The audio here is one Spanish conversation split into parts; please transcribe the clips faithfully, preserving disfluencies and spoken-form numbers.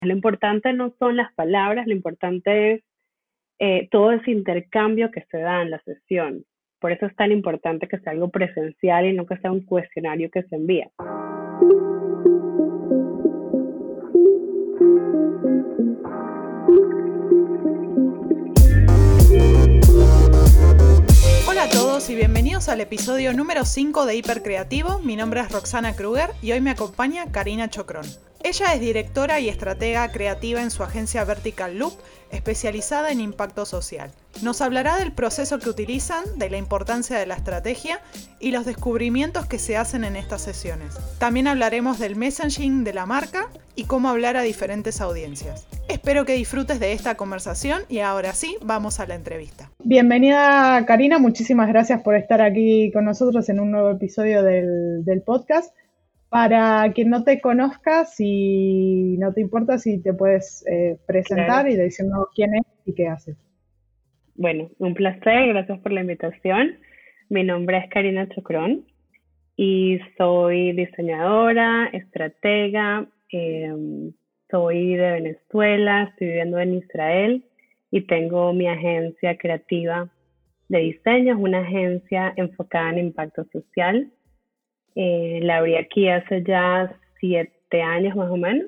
Lo importante no son las palabras, lo importante es eh, todo ese intercambio que se da en la sesión. Por eso es tan importante que sea algo presencial y no que sea un cuestionario que se envía. Hola a todos y bienvenidos al episodio número cinco de Hipercreativo. Mi nombre es Roxana Kruger y hoy me acompaña Karina Chocrón. Ella es directora y estratega creativa en su agencia Vertical Loop, especializada en impacto social. Nos hablará del proceso que utilizan, de la importancia de la estrategia y los descubrimientos que se hacen en estas sesiones. También hablaremos del messaging de la marca y cómo hablar a diferentes audiencias. Espero que disfrutes de esta conversación y ahora sí, vamos a la entrevista. Bienvenida Karina, muchísimas gracias por estar aquí con nosotros en un nuevo episodio del, del podcast. Para quien no te conozca, si no te importa, si te puedes eh, presentar Claro. y decirnos quién es y qué haces. Bueno, un placer, gracias por la invitación. Mi nombre es Karina Chocrón y soy diseñadora, estratega, eh, soy de Venezuela, estoy viviendo en Israel y tengo mi agencia creativa de diseño, es una agencia enfocada en impacto social. Eh, la abrí aquí hace ya siete años más o menos.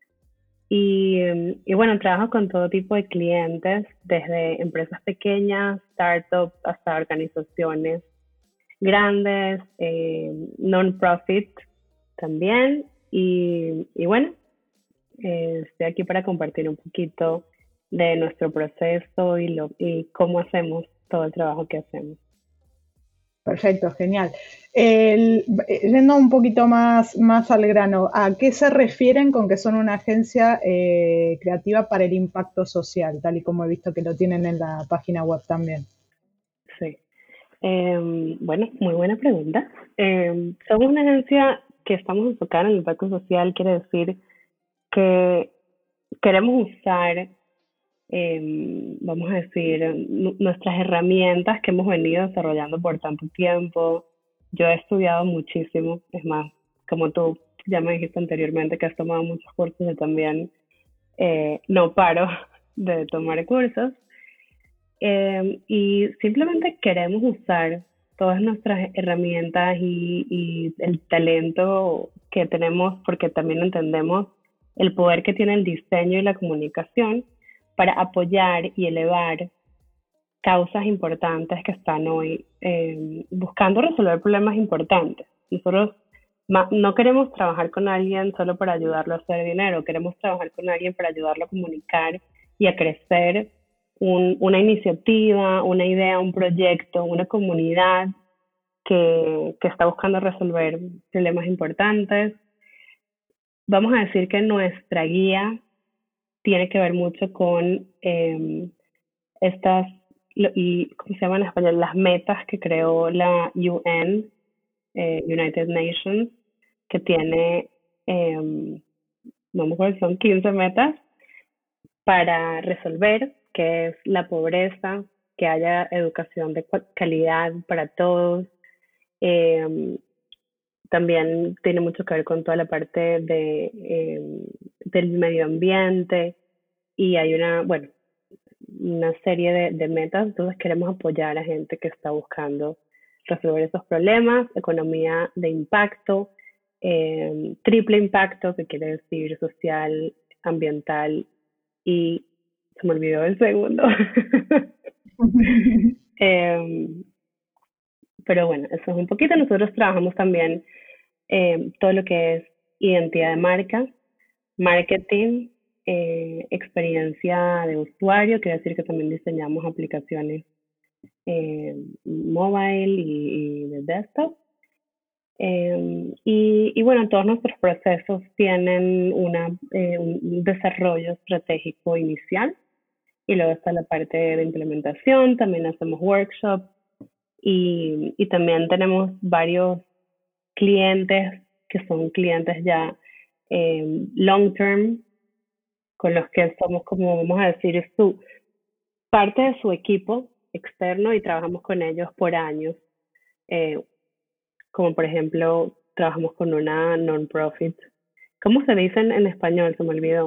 Y, y bueno, trabajo con todo tipo de clientes, desde empresas pequeñas, startups, hasta organizaciones grandes, eh, non-profit también. Y, y bueno, eh, estoy aquí para compartir un poquito de nuestro proceso y, lo, y cómo hacemos todo el trabajo que hacemos. Perfecto, genial. El, yendo un poquito más, más al grano, ¿a qué se refieren con que son una agencia eh, creativa para el impacto social, tal y como he visto que lo tienen en la página web también? Sí. Eh, bueno, muy buena pregunta. Eh, somos una agencia que estamos enfocada en el impacto social, quiere decir que queremos usar, eh, vamos a decir, n- nuestras herramientas que hemos venido desarrollando por tanto tiempo. Yo he estudiado muchísimo, es más, como tú ya me dijiste anteriormente que has tomado muchos cursos, yo también eh, no paro de tomar cursos. Eh, y simplemente queremos usar todas nuestras herramientas y, y el talento que tenemos, porque también entendemos el poder que tiene el diseño y la comunicación para apoyar y elevar causas importantes que están hoy eh, buscando resolver problemas importantes. Nosotros ma- no queremos trabajar con alguien solo para ayudarlo a hacer dinero, queremos trabajar con alguien para ayudarlo a comunicar y a crecer un, una iniciativa, una idea, un proyecto, una comunidad que, que está buscando resolver problemas importantes. Vamos a decir que nuestra guía tiene que ver mucho con eh, estas, lo- y ¿cómo se llaman en español? Las metas que creó la U N, eh, United Nations, que tiene, eh, no me acuerdo, son quince metas para resolver, que es la pobreza, que haya educación de calidad para todos. Eh, También tiene mucho que ver con toda la parte de, eh, del medio ambiente y hay una, bueno, una serie de, de metas, entonces queremos apoyar a gente que está buscando resolver esos problemas, economía de impacto, eh, triple impacto, que quiere decir social, ambiental y se me olvidó el segundo. eh, pero bueno, eso es un poquito. Nosotros trabajamos también eh, todo lo que es identidad de marca, marketing, eh, experiencia de usuario, quiere decir que también diseñamos aplicaciones eh, mobile y, y de desktop. Eh, y, y, bueno, todos nuestros procesos tienen una, eh, un desarrollo estratégico inicial y luego está la parte de implementación, también hacemos workshops y, y también tenemos varios clientes que son clientes ya eh, long term, con los que somos como, vamos a decir, su parte de su equipo externo y trabajamos con ellos por años. Eh, como por ejemplo, trabajamos con una non-profit. ¿Cómo se dice en, en español? Se me olvidó.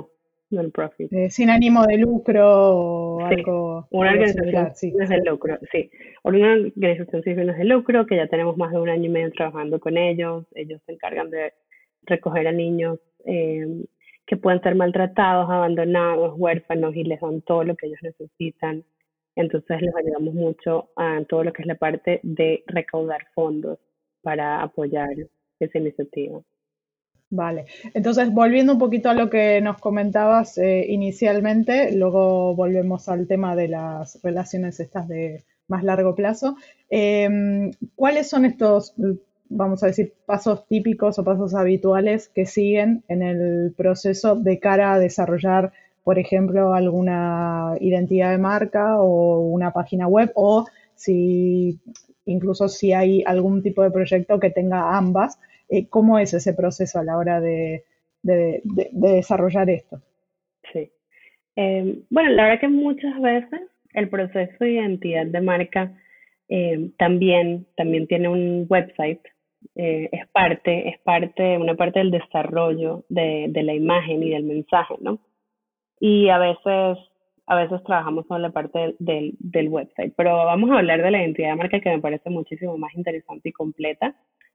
non-profit. Eh, sin ánimo de lucro o Sí, algo, una algo organización similar, sí. sin fines de lucro, sí. Una organización sin fines de lucro que ya tenemos más de un año y medio trabajando con ellos. Ellos se encargan de recoger a niños eh, que pueden ser maltratados, abandonados, huérfanos y les dan todo lo que ellos necesitan. Entonces les ayudamos mucho a todo lo que es la parte de recaudar fondos para apoyar esa iniciativa. Vale, entonces volviendo un poquito a lo que nos comentabas eh, inicialmente, luego volvemos al tema de las relaciones estas de más largo plazo. Eh, ¿Cuáles son estos, vamos a decir, pasos típicos o pasos habituales que siguen en el proceso de cara a desarrollar, por ejemplo, alguna identidad de marca o una página web, o si incluso si hay algún tipo de proyecto que tenga ambas? Eh, ¿Cómo es ese proceso a la hora de, de, de, de desarrollar esto? Sí. Eh, bueno, la verdad que muchas veces el proceso de identidad de marca eh, también, también tiene un website, eh, es parte, es parte, una parte del desarrollo de, de la imagen y del mensaje, ¿no? Y a veces, a veces trabajamos con la parte del, del, del website, pero vamos a hablar de la identidad de marca que me parece muchísimo más interesante y completa.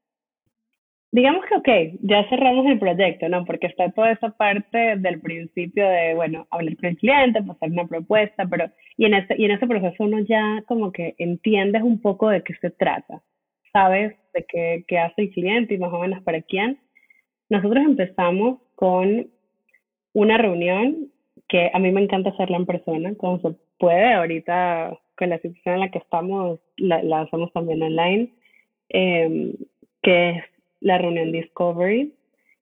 Digamos que, ok, ya cerramos el proyecto, ¿no? Porque está toda esa parte del principio de, bueno, hablar con el cliente, pasar una propuesta, pero, y en ese, y en ese proceso uno ya como que entiendes un poco de qué se trata, sabes de qué, qué hace el cliente y más o menos para quién. Nosotros empezamos con una reunión que a mí me encanta hacerla en persona, como se puede, ahorita con la situación en la que estamos, la, la hacemos también online, eh, que es la reunión Discovery.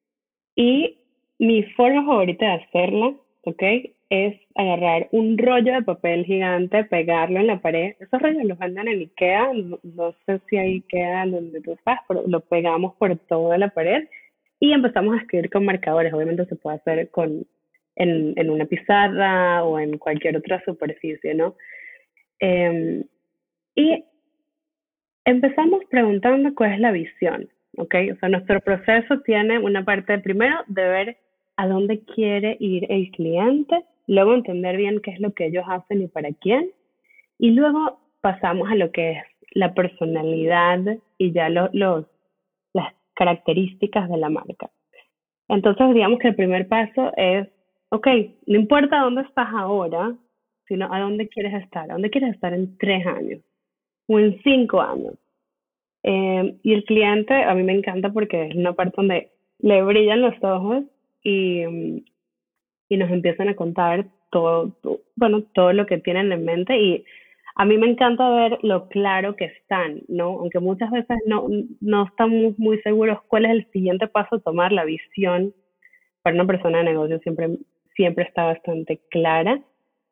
Y mi forma favorita de hacerla, ¿ok? Es agarrar un rollo de papel gigante, pegarlo en la pared. Esos rollos los venden en Ikea, no, no sé si hay Ikea donde tú estás, pero lo pegamos por toda la pared y empezamos a escribir con marcadores. Obviamente se puede hacer con, en, en una pizarra o en cualquier otra superficie, ¿no? Eh, y empezamos preguntando cuál es la visión, ¿ok? O sea, nuestro proceso tiene una parte de, primero de ver a dónde quiere ir el cliente, luego entender bien qué es lo que ellos hacen y para quién, y luego pasamos a lo que es la personalidad y ya lo, los, las características de la marca. Entonces, digamos que el primer paso es, ok, no importa dónde estás ahora, sino a dónde quieres estar, a dónde quieres estar en tres años o en cinco años. Eh, y el cliente a mí me encanta porque es una parte donde le brillan los ojos y, mm, y nos empiezan a contar todo, todo, bueno, todo lo que tienen en mente y a mí me encanta ver lo claro que están, ¿no? Aunque muchas veces no, no estamos muy seguros cuál es el siguiente paso a tomar, la visión para una persona de negocio siempre, siempre está bastante clara.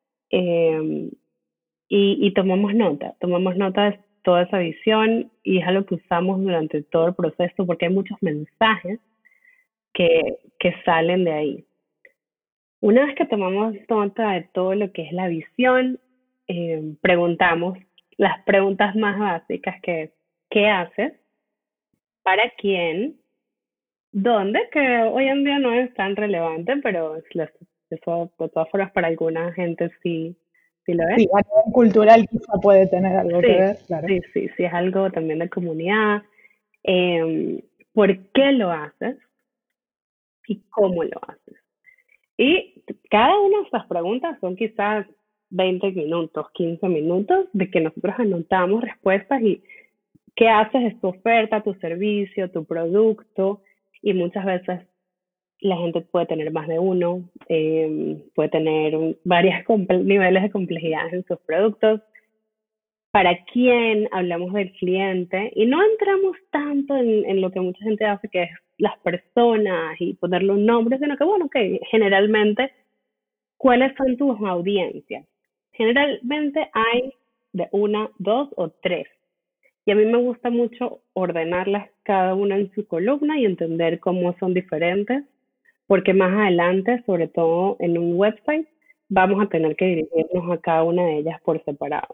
Eh, y, y tomamos nota, tomamos nota de toda esa visión y es algo que usamos durante todo el proceso porque hay muchos mensajes que, que salen de ahí. Una vez que tomamos nota de todo lo que es la visión, eh, preguntamos las preguntas más básicas que es, ¿qué haces? ¿Para quién? ¿Dónde? Que hoy en día no es tan relevante, pero es la- eso de todas formas para alguna gente sí, sí lo es. Sí, a nivel cultural quizá puede tener algo que Sí, ver, claro. sí, sí, sí, es algo también de comunidad. Eh, ¿Por qué lo haces y cómo lo haces? Y cada una de estas preguntas son quizás veinte minutos, quince minutos de que nosotros anotamos respuestas y qué haces es tu oferta, tu servicio, tu producto y muchas veces la gente puede tener más de uno, eh, puede tener varios niveles de complejidad en sus productos. Para quién hablamos del cliente y no entramos tanto en, en lo que mucha gente hace, que es las personas y ponerle un nombre, sino que, bueno, que generalmente, ¿cuáles son tus audiencias? Generalmente hay de una, dos o tres. Y a mí me gusta mucho ordenarlas cada una en su columna y entender cómo son diferentes, porque más adelante, sobre todo en un website, vamos a tener que dirigirnos a cada una de ellas por separado.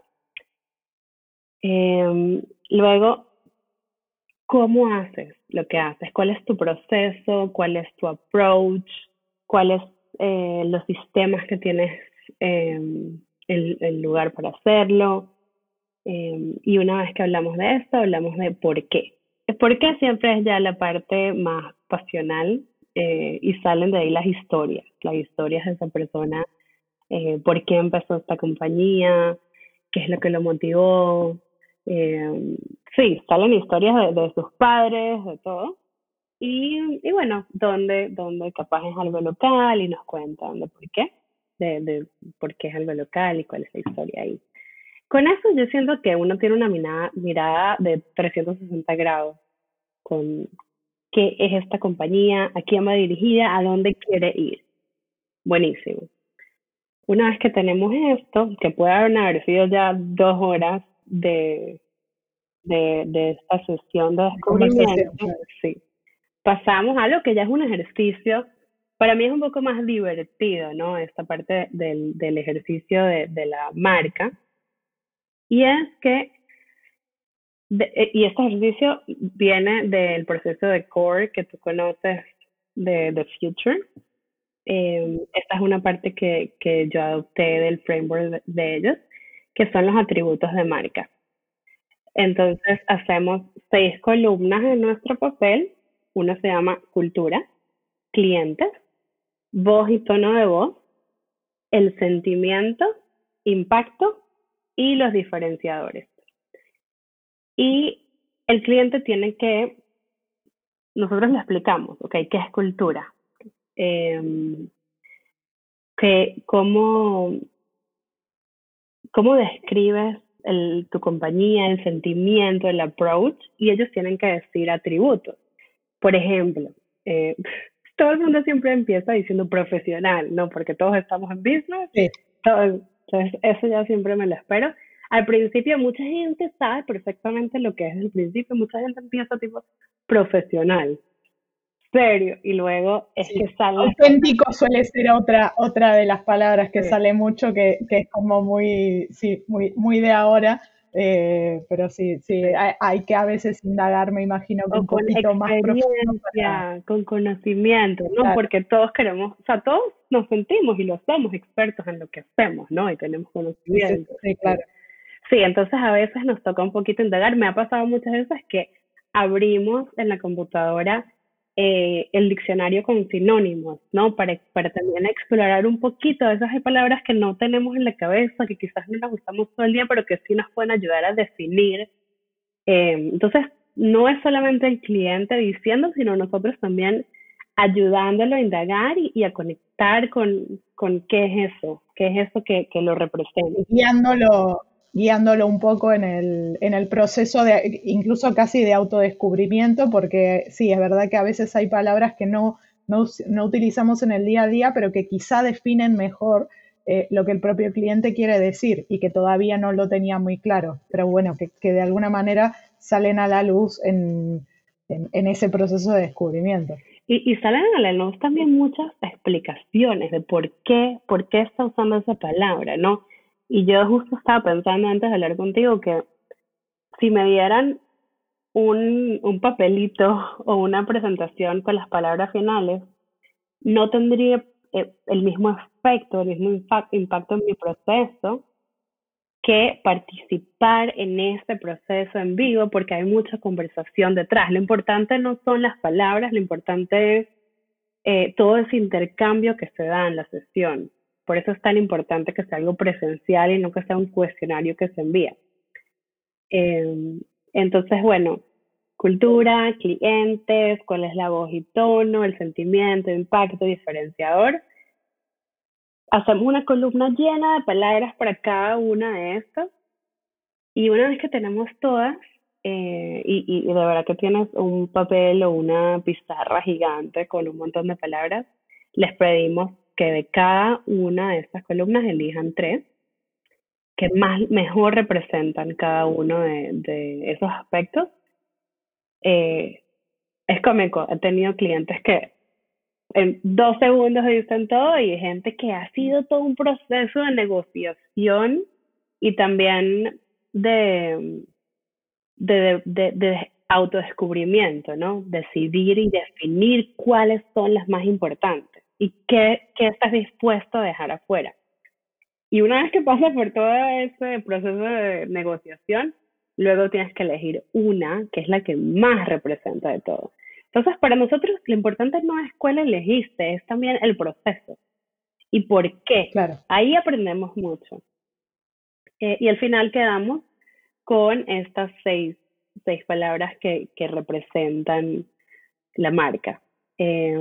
Eh, luego, ¿cómo haces lo que haces? ¿Cuál es tu proceso? ¿Cuál es tu approach? ¿Cuál es eh, los sistemas que tienes eh, el, el lugar para hacerlo. Eh, y una vez que hablamos de esto, hablamos de por qué. El por qué siempre es ya la parte más pasional eh, y salen de ahí las historias, las historias de esa persona, eh, por qué empezó esta compañía, qué es lo que lo motivó. Eh, sí, salen historias de, de sus padres, de todo. Y, y bueno, donde, donde capaz es algo local y nos cuentan de por qué, de, de por qué es algo local y cuál es la historia ahí. Con eso yo siento que uno tiene una mirada, mirada de trescientos sesenta grados con qué es esta compañía, a quién va dirigida, a dónde quiere ir. Buenísimo. Una vez que tenemos esto, que puede haber sido ya dos horas de, de, de esta sesión de descubrimiento, sí, pasamos a algo que ya es un ejercicio, para mí es un poco más divertido, ¿no? Esta parte del, del ejercicio de, de la marca. Y es que, de, y este ejercicio viene del proceso de CORE que tú conoces de The Future. Eh, esta es una parte que, que yo adopté del framework de, de ellos, que son los atributos de marca. Entonces hacemos seis columnas en nuestro papel. Una se llama cultura, clientes, voz y tono de voz, el sentimiento, impacto y los diferenciadores. Y el cliente tiene que, nosotros le explicamos, ok, ¿qué es cultura? Eh, que, ¿cómo, ¿Cómo describes el, tu compañía, el sentimiento, el approach? Y ellos tienen que decir atributos. Por ejemplo, eh, todo el mundo siempre empieza diciendo profesional, ¿no? Porque todos estamos en business. Sí. Todo, entonces, eso ya siempre me lo espero. Al principio, mucha gente sabe perfectamente lo que es el principio. Mucha gente empieza tipo profesional, serio, y luego es sí. que sale. Auténtico suele ser otra, otra de las palabras que sí. sale mucho, que, que es como muy, sí, muy, muy de ahora. Eh, pero sí, sí, sí. Hay, hay que a veces indagar, me imagino, que o un con poquito más profundo experiencia, con conocimiento, ¿no? Claro. Porque todos queremos, o sea, todos nos sentimos y lo somos expertos en lo que hacemos, ¿no? Y tenemos conocimiento. Sí, sí, claro. Sí, entonces a veces nos toca un poquito indagar. Me ha pasado muchas veces que abrimos en la computadora eh, el diccionario con sinónimos, ¿no? Para, para también explorar un poquito. A veces hay palabras que no tenemos en la cabeza, que quizás no las usamos todo el día, pero que sí nos pueden ayudar a definir. Eh, entonces, no es solamente el cliente diciendo, sino nosotros también ayudándolo a indagar y, y a conectar con, con qué es eso, qué es eso que, que lo representa. Guiándolo, guiándolo un poco en el, en el proceso de, incluso casi de autodescubrimiento, porque sí, es verdad que a veces hay palabras que no, no, no utilizamos en el día a día, pero que quizá definen mejor eh, lo que el propio cliente quiere decir y que todavía no lo tenía muy claro, pero bueno, que, que de alguna manera salen a la luz en, en, en ese proceso de descubrimiento. Y, y salen a la luz también muchas explicaciones de por qué, por qué está usando esa palabra, ¿no? Y yo justo estaba pensando antes de hablar contigo que si me dieran un, un papelito o una presentación con las palabras finales, no tendría eh, el mismo efecto, el mismo impact, impacto en mi proceso que participar en este proceso en vivo, porque hay mucha conversación detrás. Lo importante no son las palabras, lo importante es eh, todo ese intercambio que se da en la sesión. Por eso es tan importante que sea algo presencial y no que sea un cuestionario que se envía. Eh, entonces, bueno, cultura, clientes, cuál es la voz y tono, el sentimiento, impacto, diferenciador. Hacemos una columna llena de palabras para cada una de estas. Y una vez que tenemos todas, eh, y, y, y de verdad que tienes un papel o una pizarra gigante con un montón de palabras, les pedimos que de cada una de estas columnas elijan tres que más mejor representan cada uno de, de esos aspectos. Eh, es cómico, he tenido clientes que en dos segundos dicen todo y hay gente que ha sido todo un proceso de negociación y también de, de, de, de autodescubrimiento, ¿no? Decidir y definir cuáles son las más importantes. y qué, qué estás dispuesto a dejar afuera. Y una vez que pasas por todo ese proceso de negociación, luego tienes que elegir una que es la que más representa de todo. Entonces, para nosotros lo importante no es cuál elegiste, es también el proceso y por qué. Claro. Ahí aprendemos mucho. Eh, y al final quedamos con estas seis, seis palabras que, que representan la marca. Eh,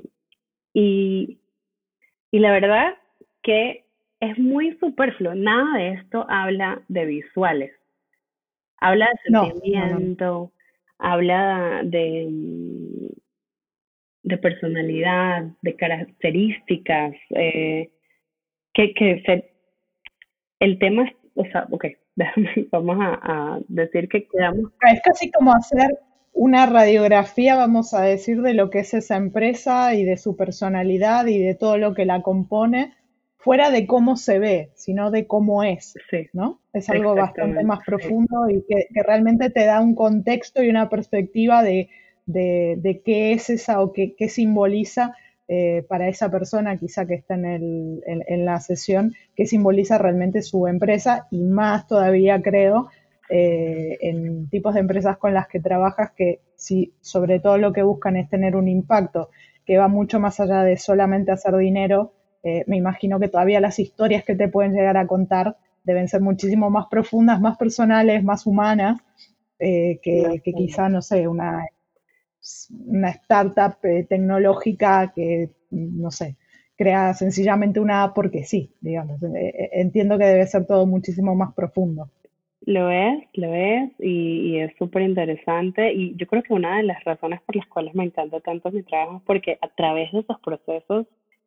y, y la verdad que es muy superfluo. Nada de esto habla de visuales. Habla de No, no, no. sentimiento, habla de, mm, de personalidad, de características, eh, que, que se- el tema es, o sea, ok, déjame, vamos a, a decir que quedamos, Es casi como hacer una radiografía, vamos a decir, de lo que es esa empresa y de su personalidad y de todo lo que la compone, fuera de cómo se ve, sino de cómo es, sí, ¿no? Es algo bastante exactamente, más sí, profundo y que, que realmente te da un contexto y una perspectiva de, de, de qué es esa o qué, qué simboliza eh, para esa persona quizá que está en, el, en, en la sesión, qué simboliza realmente su empresa y más todavía creo eh, en tipos de empresas con las que trabajas que si sobre todo lo que buscan es tener un impacto que va mucho más allá de solamente hacer dinero, eh, me imagino que todavía las historias que te pueden llegar a contar deben ser muchísimo más profundas, más personales, más humanas, eh, que, que quizá, no sé, una, una startup eh, tecnológica que, no sé, crea sencillamente una app porque sí, digamos. Eh, entiendo que debe ser todo muchísimo más profundo. lo es, lo es, y, y es súper interesante. Y yo creo que una de las razones por las cuales me encanta tanto mi trabajo es porque a través de esos procesos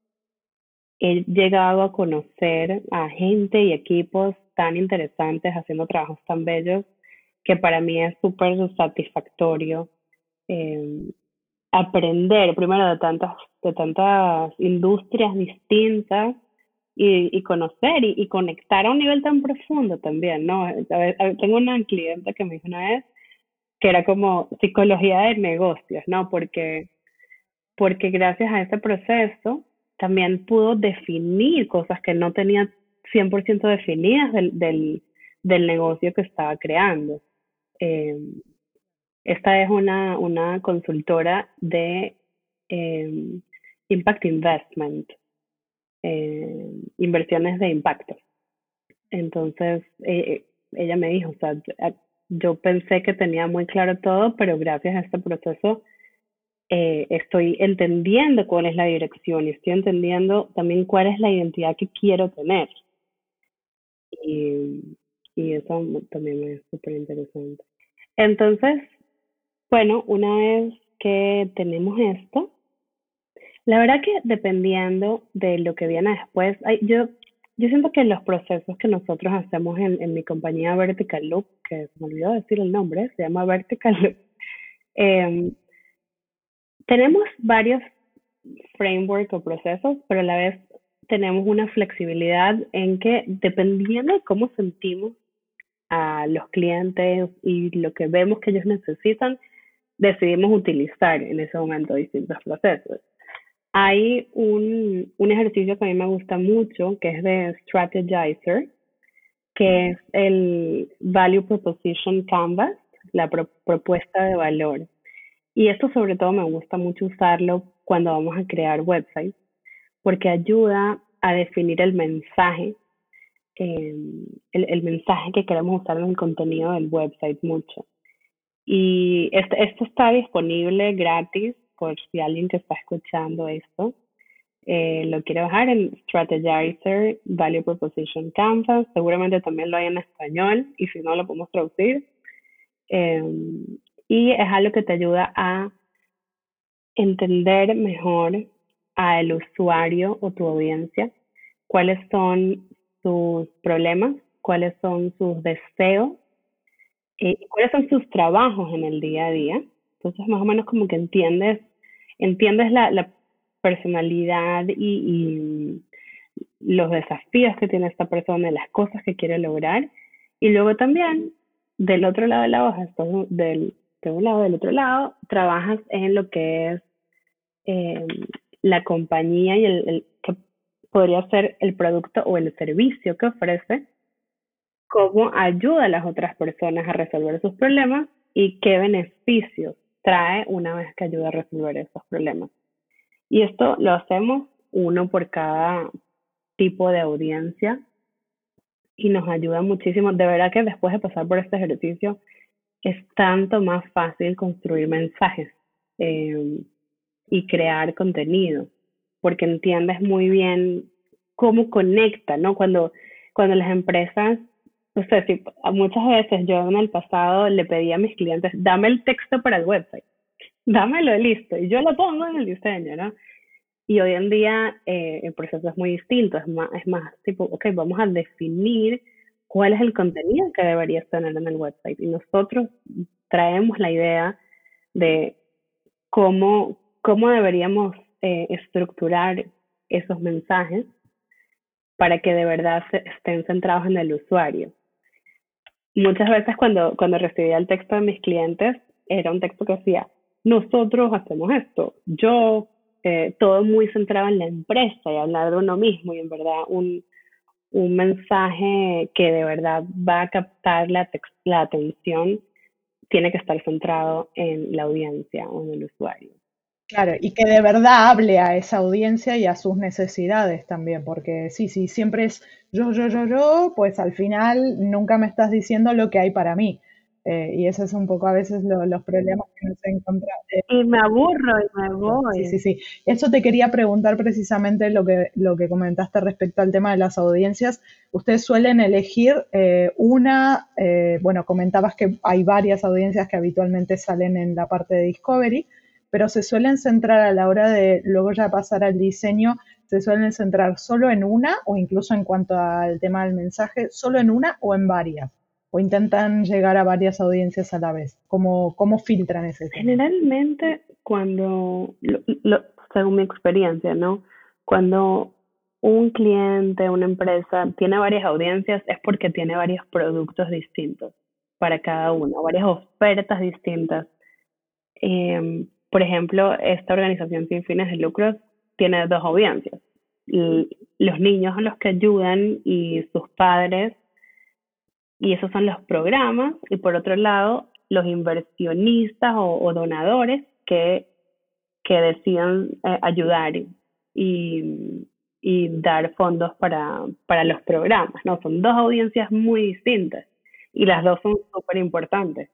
he llegado a conocer a gente y equipos tan interesantes haciendo trabajos tan bellos que para mí es súper satisfactorio eh, aprender primero de tantas, de tantas industrias distintas y, y conocer y, y conectar a un nivel tan profundo también, ¿no? A ver, a ver, tengo una cliente que me dijo una vez que era como psicología de negocios, ¿no? Porque, porque gracias a ese proceso también pudo definir cosas que no tenía cien por ciento definidas del, del, del negocio que estaba creando. Eh, esta es una, una consultora de eh, Impact Investment, eh, inversiones de impacto. Entonces, eh, ella me dijo, o sea, yo pensé que tenía muy claro todo, pero gracias a este proceso eh, estoy entendiendo cuál es la dirección y estoy entendiendo también cuál es la identidad que quiero tener. Y, y eso también es súper interesante. Entonces, bueno, una vez que tenemos esto, la verdad que dependiendo de lo que viene después, hay, yo, yo siento que los procesos que nosotros hacemos en, en mi compañía Vertical Loop, que se me olvidó decir el nombre, se llama Vertical Loop, eh, tenemos varios frameworks o procesos, pero a la vez tenemos una flexibilidad en que dependiendo de cómo sentimos a los clientes y lo que vemos que ellos necesitan, decidimos utilizar en ese momento distintos procesos. Hay un, un ejercicio que a mí me gusta mucho, que es de Strategizer, que es el Value Proposition Canvas, la pro- propuesta de valor. Y esto sobre todo me gusta mucho usarlo cuando vamos a crear websites, porque ayuda a definir el mensaje, eh, el, el mensaje que queremos usar en el contenido del website mucho. Y este, esto está disponible gratis por si alguien que está escuchando esto eh, lo quiere bajar en Strategizer Value Proposition Canvas. Seguramente también lo hay en español y si no lo podemos traducir. Eh, y es algo que te ayuda a entender mejor al usuario o tu audiencia, cuáles son sus problemas, cuáles son sus deseos eh, y cuáles son sus trabajos en el día a día. Entonces, más o menos como que entiendes, entiendes la, la personalidad y, y los desafíos que tiene esta persona, las cosas que quiere lograr. Y luego también, del otro lado de la hoja, del, de un lado, del otro lado, trabajas en lo que es eh, la compañía y el, el que podría ser el producto o el servicio que ofrece, cómo ayuda a las otras personas a resolver sus problemas y qué beneficios trae una vez que ayuda a resolver esos problemas. Y esto lo hacemos uno por cada tipo de audiencia y nos ayuda muchísimo. De verdad que después de pasar por este ejercicio es tanto más fácil construir mensajes eh, y crear contenido, porque entiendes muy bien cómo conecta, ¿no? Cuando, cuando las empresas, o sea, si, muchas veces yo en el pasado le pedía a mis clientes, dame el texto para el website, dámelo listo, y yo lo pongo en el diseño, ¿no? Y hoy en día eh, el proceso es muy distinto, es más, es más tipo, ok, vamos a definir cuál es el contenido que deberías tener en el website. Y nosotros traemos la idea de cómo, cómo deberíamos eh, estructurar esos mensajes para que de verdad se, estén centrados en el usuario. Muchas veces cuando, cuando recibía el texto de mis clientes, era un texto que decía, nosotros hacemos esto, yo, eh, todo muy centrado en la empresa y hablar de uno mismo y en verdad un, un mensaje que de verdad va a captar la, la atención tiene que estar centrado en la audiencia o en el usuario. Claro, y que de verdad hable a esa audiencia y a sus necesidades también, porque sí, sí, siempre es yo, yo, yo, yo, pues al final nunca me estás diciendo lo que hay para mí. Eh, y ese es un poco a veces lo- los problemas que nos encontramos. Y me aburro y me Sí, sí, voy. sí. Eso te quería preguntar precisamente lo que, lo que comentaste respecto al tema de las audiencias. Ustedes suelen elegir eh, una, eh, bueno, comentabas que hay varias audiencias que habitualmente salen en la parte de Discovery, pero se suelen centrar a la hora de luego ya pasar al diseño, se suelen centrar solo en una o incluso en cuanto al tema del mensaje, solo en una o en varias, o intentan llegar a varias audiencias a la vez. ¿Cómo, cómo filtran ese tema? Generalmente, cuando, lo, lo- según mi experiencia, ¿no? Cuando un cliente, una empresa tiene varias audiencias, es porque tiene varios productos distintos para cada uno, varias ofertas distintas. Eh, por ejemplo, esta organización sin fines de lucro tiene dos audiencias. L- los niños a los que ayudan y sus padres, y esos son los programas, y por otro lado, los inversionistas o, o donadores que, que deciden eh, ayudar y, y dar fondos para, para los programas, ¿no? Son dos audiencias muy distintas y las dos son súper importantes.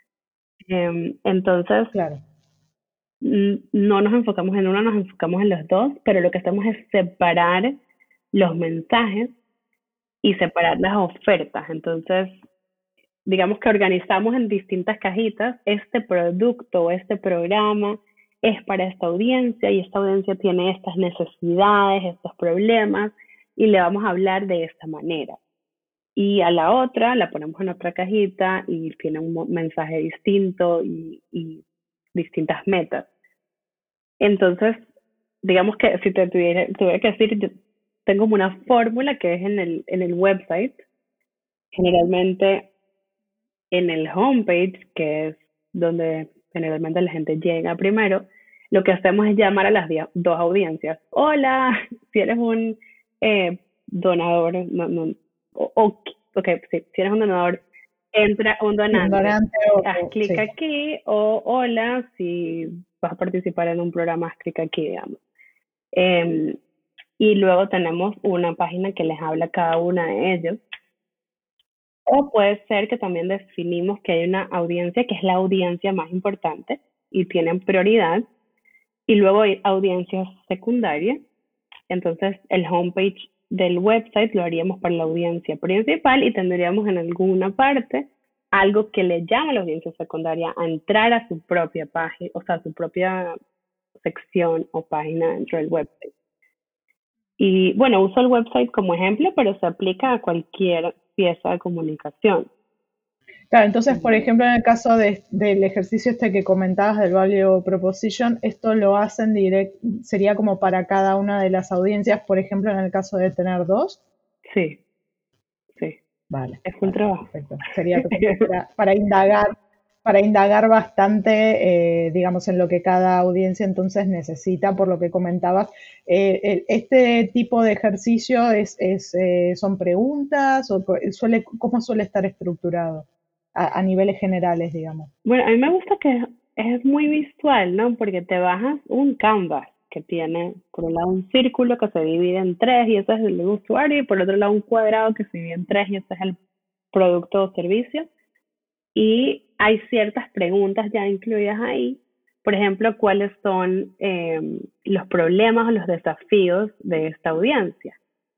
Eh, entonces, Claro. n- no nos enfocamos en uno, nos enfocamos en los dos, pero lo que hacemos es separar los mensajes y separar las ofertas. Entonces, digamos que organizamos en distintas cajitas, este producto o este programa es para esta audiencia y esta audiencia tiene estas necesidades, estos problemas y le vamos a hablar de esta manera. Y a la otra la ponemos en otra cajita y tiene un mensaje distinto y, y distintas metas. Entonces, digamos que si te tuviera, tuviera que decir, yo tengo como una fórmula que es en el, en el website. Generalmente en el homepage, que es donde generalmente la gente llega primero, lo que hacemos es llamar a las dos audiencias. Hola, si eres un eh, donador, no, no, o, o, ok, sí, si eres un donador, entra un Un donante, donante haz o, clic sí. aquí, o hola, si vas a participar en un programa, haz clic aquí, digamos. Eh, y luego tenemos una página que les habla a cada una de ellos. O puede ser que también definimos que hay una audiencia que es la audiencia más importante y tienen prioridad, y luego hay audiencias secundarias. Entonces, el homepage del website lo haríamos para la audiencia principal y tendríamos en alguna parte algo que le llama a la audiencia secundaria a entrar a su propia página, o sea, a su propia sección o página dentro del website. Y bueno, uso el website como ejemplo, pero se aplica a cualquier pieza de comunicación. Claro, entonces, por ejemplo, en el caso de- del ejercicio este que comentabas del Value Proposition, esto lo hacen direct, sería como para cada una de las audiencias, por ejemplo, en el caso de tener dos. Sí, sí, Vale, es un vale, trabajo. perfecto. Sería como para, para indagar, para indagar bastante, eh, digamos, en lo que cada audiencia entonces necesita, por lo que comentabas. Eh, el- este tipo de ejercicio es, es, eh, son preguntas o co- suele, ¿cómo suele estar estructurado a, a niveles generales, digamos? Bueno, a mí me gusta que es, es muy visual, ¿no? Porque te bajas un canvas que tiene, por un lado, un círculo que se divide en tres y ese es el usuario, y por otro lado, un cuadrado que se divide en tres y ese es el producto o servicio. Y hay ciertas preguntas ya incluidas ahí. Por ejemplo, ¿cuáles son eh, los problemas o los desafíos de esta audiencia?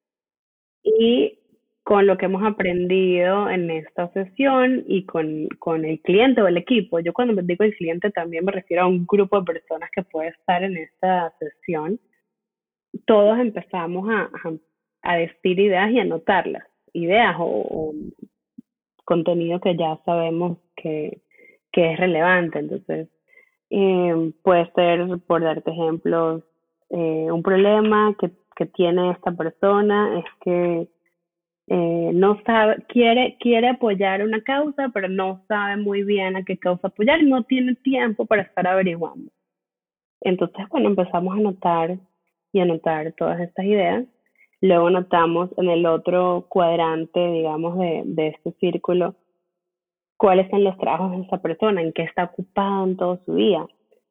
Y con lo que hemos aprendido en esta sesión y con, con el cliente o el equipo, yo cuando me digo el cliente también me refiero a un grupo de personas que puede estar en esta sesión, todos empezamos a, a, a decir ideas y anotarlas, ideas o, o contenido que ya sabemos que, que es relevante. Entonces, eh, puede ser, por darte ejemplos, eh, un problema que, que tiene esta persona es que eh, no sabe, quiere, quiere apoyar una causa, pero no sabe muy bien a qué causa apoyar y no tiene tiempo para estar averiguando. Entonces, bueno, empezamos a anotar y anotar todas estas ideas. Luego anotamos en el otro cuadrante, digamos, de, de este círculo, cuáles son los trabajos de esa persona, en qué está ocupado en todo su día.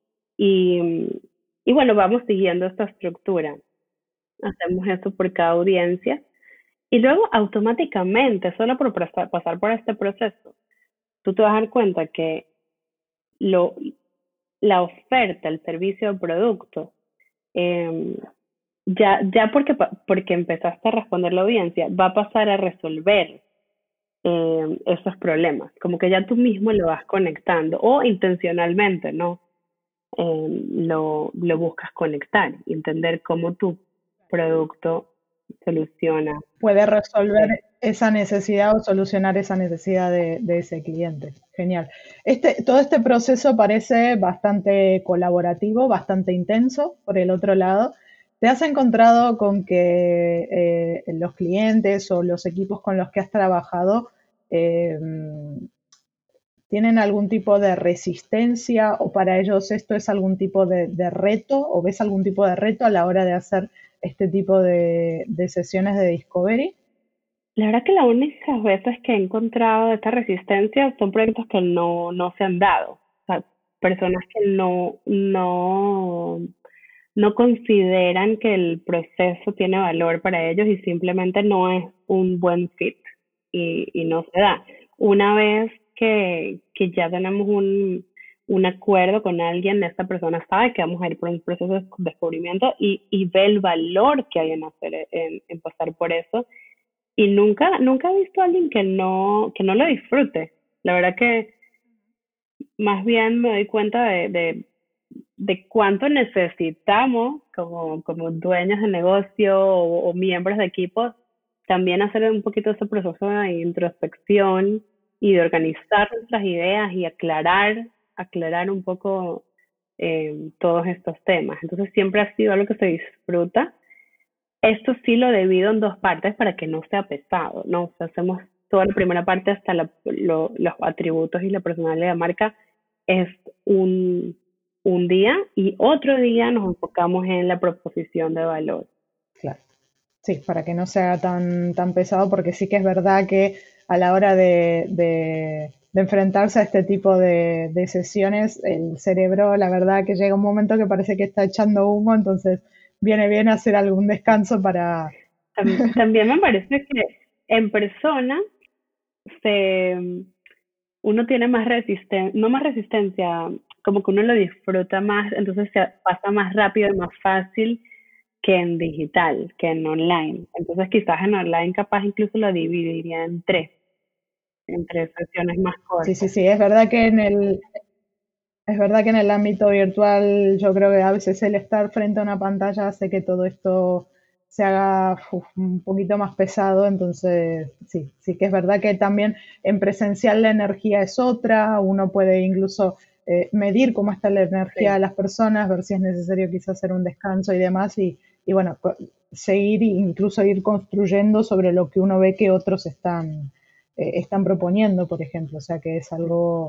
Y, y bueno, vamos siguiendo esta estructura. Hacemos eso por cada audiencia. Y luego automáticamente, solo por pasar por este proceso, tú te vas a dar cuenta que lo, la oferta, el servicio o producto, eh, ya, ya porque, porque empezaste a responder la audiencia, va a pasar a resolver eh, esos problemas. Como que ya tú mismo lo vas conectando o intencionalmente, ¿no? Eh, lo, lo buscas conectar, entender cómo tu producto soluciona. Puede resolver esa necesidad o solucionar esa necesidad de, de ese cliente. Genial. Este, todo este proceso parece bastante colaborativo, bastante intenso, por el otro lado. ¿Te has encontrado con que eh, los clientes o los equipos con los que has trabajado eh, tienen algún tipo de resistencia o para ellos esto es algún tipo de, de reto o ves algún tipo de reto a la hora de hacer este tipo de, de sesiones de discovery? La verdad que las únicas veces que he encontrado esta resistencia son proyectos que no, no se han dado. O sea, personas que no, no, no consideran que el proceso tiene valor para ellos y simplemente no es un buen fit y, y no se da. Una vez que, que ya tenemos un, un acuerdo con alguien, esta persona sabe que vamos a ir por un proceso de descubrimiento y, y ve el valor que hay en hacer, en, en pasar por eso. Y nunca, nunca he visto a alguien que no, que no lo disfrute. La verdad que más bien me doy cuenta de, de, de cuánto necesitamos como, como dueños de negocio o, o miembros de equipos también hacer un poquito ese proceso de introspección y de organizar nuestras ideas y aclarar, aclarar un poco eh, todos estos temas. Entonces siempre ha sido algo que se disfruta. Esto sí lo divido en dos partes para que no sea pesado, ¿no? O sea, hacemos toda la primera parte hasta la- lo- los atributos y la personalidad de la marca es un, un día y otro día nos enfocamos en la proposición de valor. Claro. Sí, para que no sea tan, tan pesado, porque sí que es verdad que a la hora de, de- de enfrentarse a este tipo de, de sesiones, el cerebro, la verdad que llega un momento que parece que está echando humo, entonces viene bien hacer algún descanso para... Tam- También me parece que en persona se, uno tiene más resistencia, no más resistencia, como que uno lo disfruta más, entonces se pasa más rápido y más fácil que en digital, que en online. Entonces quizás en online capaz incluso lo dividiría en tres, en tres sesiones más Sí, sí, cortas. sí, es verdad que en el, es verdad que en el ámbito virtual yo creo que a veces el estar frente a una pantalla hace que todo esto se haga uf, un poquito más pesado, entonces sí, sí que es verdad que también en presencial la energía es otra, uno puede incluso eh, medir cómo está la energía de Sí. las personas, ver si es necesario quizás hacer un descanso y demás, y, y bueno, co- seguir e incluso ir construyendo sobre lo que uno ve que otros están, eh, están proponiendo, por ejemplo, o sea que es algo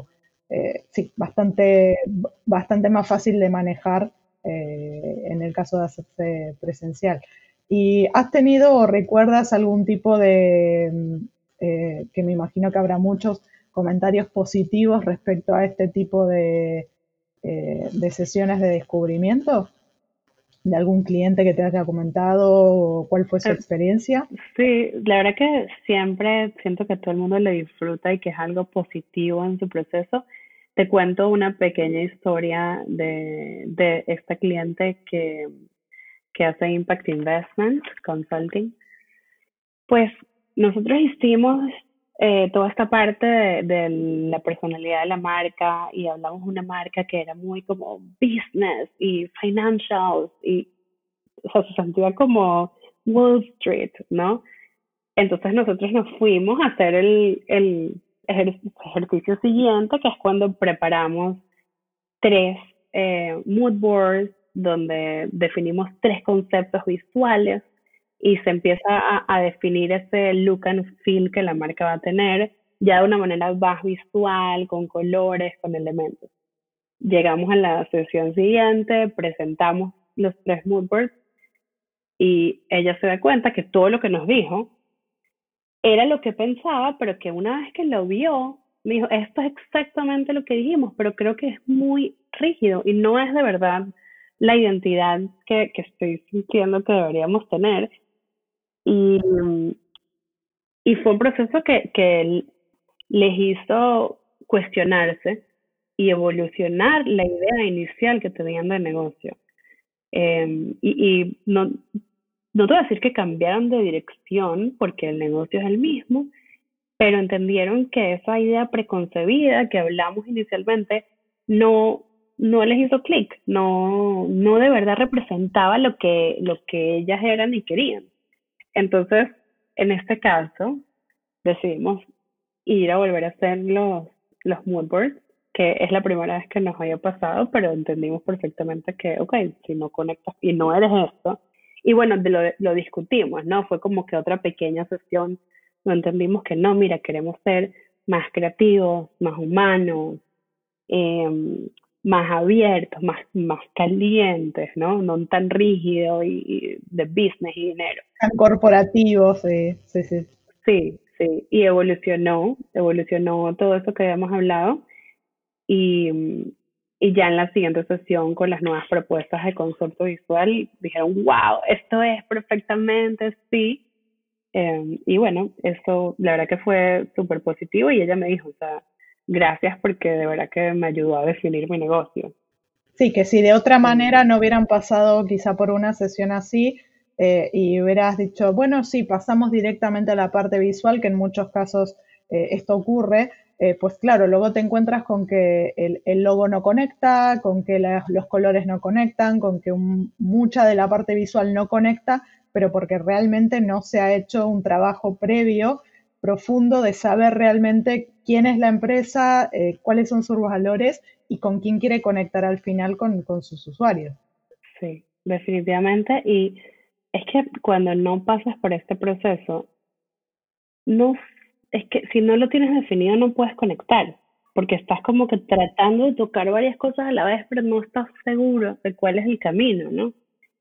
eh, sí, bastante, bastante más fácil de manejar eh, en el caso de hacerse presencial. ¿Y has tenido o recuerdas algún tipo de, mm, eh, que me imagino que habrá muchos comentarios positivos respecto a este tipo de, eh, de sesiones de descubrimiento? ¿De algún cliente que te haya comentado o cuál fue su Eh, experiencia? sí, la verdad que siempre siento que todo el mundo lo disfruta y que es algo positivo en su proceso. Te cuento una pequeña historia de, de esta cliente que, que hace Impact Investment Consulting. Pues nosotros hicimos eh, toda esta parte de, de la personalidad de la marca y hablamos de una marca que era muy como business y financials y, o sea, se sentía como Wall Street, ¿no? Entonces nosotros nos fuimos a hacer el, el ejer- ejercicio siguiente, que es cuando preparamos tres eh, mood boards donde definimos tres conceptos visuales y se empieza a, a definir ese look and feel que la marca va a tener ya de una manera más visual, con colores, con elementos. Llegamos a la sesión siguiente, presentamos los tres mood boards y ella se da cuenta que todo lo que nos dijo era lo que pensaba, pero que una vez que lo vio, me dijo, esto es exactamente lo que dijimos, pero creo que es muy rígido y no es de verdad la identidad que, que estoy sintiendo que deberíamos tener. Y, y fue un proceso que, que les hizo cuestionarse y evolucionar la idea inicial que tenían de negocio. Eh, y y no, no te voy a decir que cambiaron de dirección porque el negocio es el mismo, pero entendieron que esa idea preconcebida que hablamos inicialmente no, no les hizo clic, no, no de verdad representaba lo que, lo que ellas eran y querían. Entonces, en este caso, decidimos ir a volver a hacer los, los mood boards, que es la primera vez que nos había pasado, pero entendimos perfectamente que, ok, si no conectas y no eres esto, y bueno, de lo, lo discutimos, ¿no? Fue como que otra pequeña sesión, no entendimos que no, mira, queremos ser más creativos, más humanos, eh, más abiertos, más, más calientes, ¿no? No tan rígido y, y de business y dinero. Tan corporativos, sí, sí, sí. Sí, sí, y evolucionó, evolucionó todo eso que habíamos hablado y, y ya en la siguiente sesión con las nuevas propuestas de concepto visual dijeron, wow, esto es perfectamente, sí. Eh, y bueno, eso la verdad que fue súper positivo y ella me dijo, o sea, gracias porque de verdad que me ayudó a definir mi negocio. Sí, que si de otra Eh, manera no hubieran pasado quizá por una sesión así eh, y hubieras dicho, bueno, sí, pasamos directamente a la parte visual, que en muchos casos eh, esto ocurre, eh, pues claro, luego te encuentras con que el, el logo no conecta, con que la- los colores no conectan, con que un- mucha de la parte visual no conecta, pero porque realmente no se ha hecho un trabajo previo profundo de saber realmente quién es la empresa, eh, cuáles son sus valores y con quién quiere conectar al final con, con sus usuarios. sí, definitivamente. Y es que cuando no pasas por este proceso, no, es que si no lo tienes definido no puedes conectar, porque estás como que tratando de tocar varias cosas a la vez, pero no estás seguro de cuál es el camino, ¿no?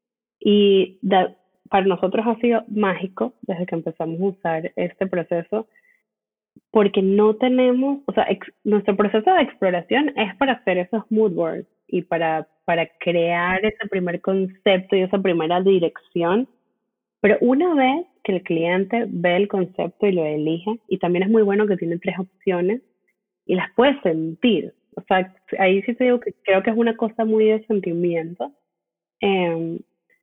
Y da- para nosotros ha sido mágico desde que empezamos a usar este proceso, porque no tenemos, o sea, ex- nuestro proceso de exploración es para hacer esos mood boards y para, para crear ese primer concepto y esa primera dirección, pero una vez que el cliente ve el concepto y lo elige, y también es muy bueno que tiene tres opciones y las puede sentir. O sea, ahí sí te digo que creo que es una cosa muy de sentimiento. Eh,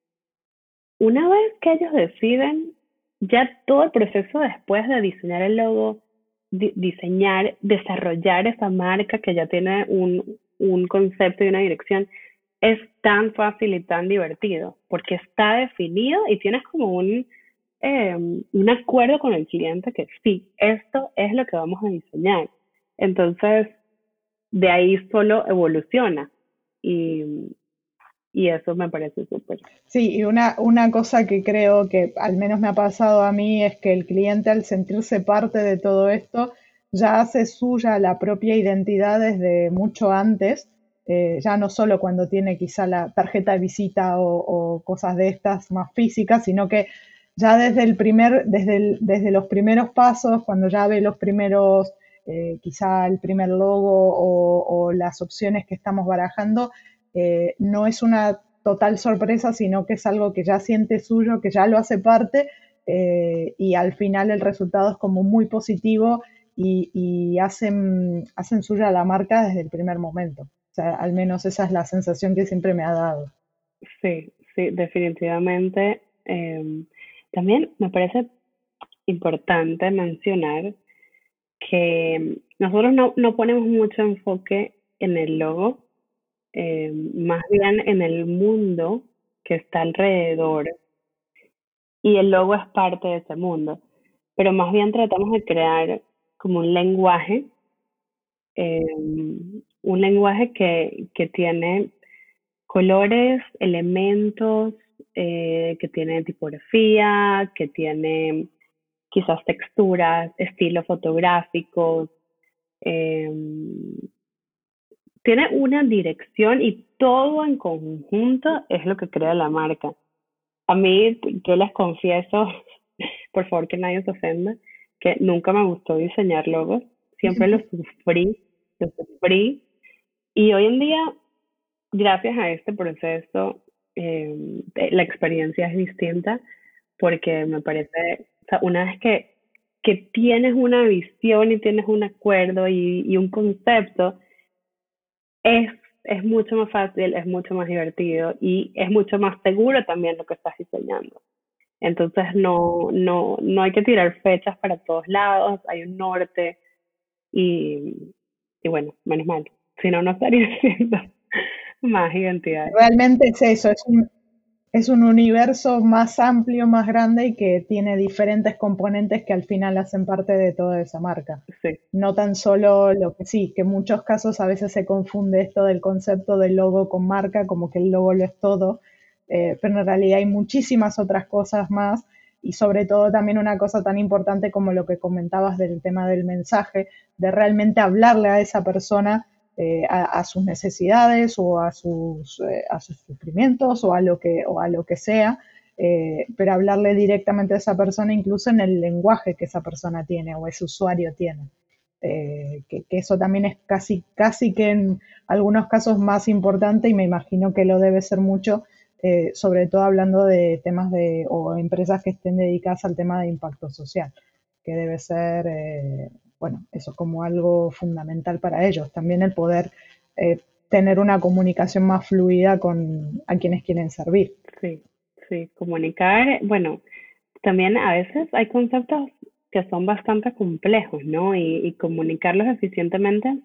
una vez que ellos deciden, ya todo el proceso después de diseñar el logo, di- diseñar, desarrollar esa marca que ya tiene un, un concepto y una dirección, es tan fácil y tan divertido, porque está definido y tienes como un, eh, un acuerdo con el cliente que sí, esto es lo que vamos a diseñar. Entonces, de ahí solo evoluciona y, y eso me parece súper. Sí, y una, una cosa que creo que al menos me ha pasado a mí es que el cliente al sentirse parte de todo esto ya hace suya la propia identidad desde mucho antes, eh, ya no solo cuando tiene quizá la tarjeta de visita o, o cosas de estas más físicas, sino que ya desde el primer, desde, el, desde los primeros pasos, cuando ya ve los primeros, eh, quizá el primer logo o, o las opciones que estamos barajando, eh, no es una total sorpresa, sino que es algo que ya siente suyo, que ya lo hace parte, eh, y al final el resultado es como muy positivo y, y hacen, hacen suya la marca desde el primer momento. O sea, al menos esa es la sensación que siempre me ha dado. Sí, sí, definitivamente. Em, también me parece importante mencionar que nosotros no, no ponemos mucho enfoque en el logo, eh, más bien en el mundo que está alrededor, y el logo es parte de ese mundo, pero más bien tratamos de crear como un lenguaje, eh, un lenguaje que, que tiene colores, elementos, eh, que tiene tipografía, que tiene quizás texturas, estilos fotográficos, eh, tiene una dirección y todo en conjunto es lo que crea la marca. A mí, yo les confieso, por favor que nadie se ofenda, que nunca me gustó diseñar logos, siempre lo sufrí, lo sufrí, y hoy en día, gracias a este proceso, eh, la experiencia es distinta porque me parece, o sea, una vez que, que tienes una visión y tienes un acuerdo y, y un concepto, es, es mucho más fácil, es mucho más divertido y es mucho más seguro también lo que estás diseñando. Entonces no, no, no hay que tirar fechas para todos lados, hay un norte y, y bueno, menos mal, si no, no estaría haciendo más identidades. Realmente es eso, es un, es un universo más amplio, más grande y que tiene diferentes componentes que al final hacen parte de toda esa marca. Sí, No tan solo lo que sí, que en muchos casos a veces se confunde esto del concepto del logo con marca, como que el logo lo es todo, eh, pero en realidad hay muchísimas otras cosas más y sobre todo también una cosa tan importante como lo que comentabas del tema del mensaje, de realmente hablarle a esa persona, eh, a, a, sus necesidades o a sus, eh, a sus sufrimientos o a lo que, o a lo que sea, eh, pero hablarle directamente a esa persona incluso en el lenguaje que esa persona tiene o ese usuario tiene. Eh, que, que, eso también es casi, casi que en algunos casos más importante y me imagino que lo debe ser mucho, eh, sobre todo hablando de temas de, o empresas que estén dedicadas al tema de impacto social, que debe ser, eh, bueno, eso como algo fundamental para ellos. También el poder eh, tener una comunicación más fluida con a quienes quieren servir. sí, sí, comunicar, bueno, también a veces hay conceptos que son bastante complejos, ¿no? Y, y comunicarlos eficientemente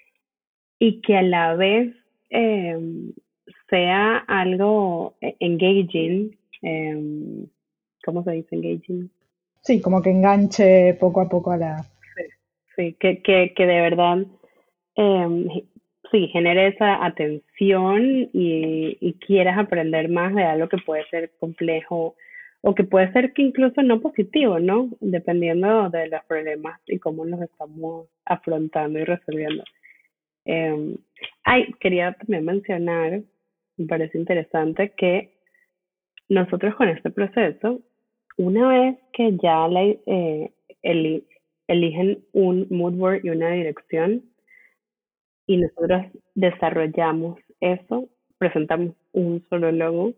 y que a la vez eh, sea algo eh, engaging, eh, ¿cómo se dice engaging? Sí, como que enganche poco a poco a la... Sí, sí, que, que, que de verdad eh, sí, genere esa atención y, y quieras aprender más de algo que puede ser complejo o que puede ser que incluso no positivo, ¿no? Dependiendo de los problemas y cómo los estamos afrontando y resolviendo. Eh, ay, quería también mencionar, me parece interesante que nosotros con este proceso, una vez que ya la, eh, eli- eligen un mood board y una dirección, y nosotros desarrollamos eso, presentamos un solo logo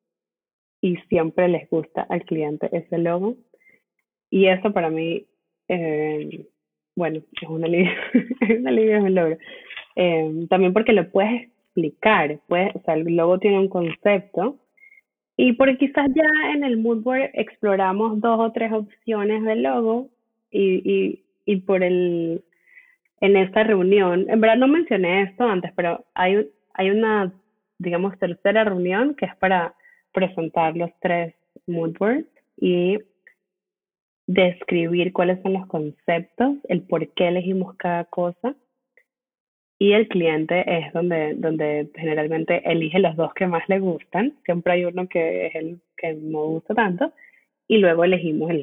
y siempre les gusta al cliente ese logo. Y eso para mí, eh, bueno, es un alivio, es un alivio, es un logro. Eh, también porque lo puedes explicar, puedes, o sea, el logo tiene un concepto y porque quizás ya en el mood board exploramos dos o tres opciones de logo y, y, y por el en esta reunión, en verdad no mencioné esto antes, pero hay, hay una, digamos, tercera reunión que es para presentar los tres mood boards y describir cuáles son los conceptos, el por qué elegimos cada cosa. Y el cliente es donde, donde generalmente elige los dos que más le gustan. Siempre hay uno que es el que no gusta tanto. Y luego elegimos el,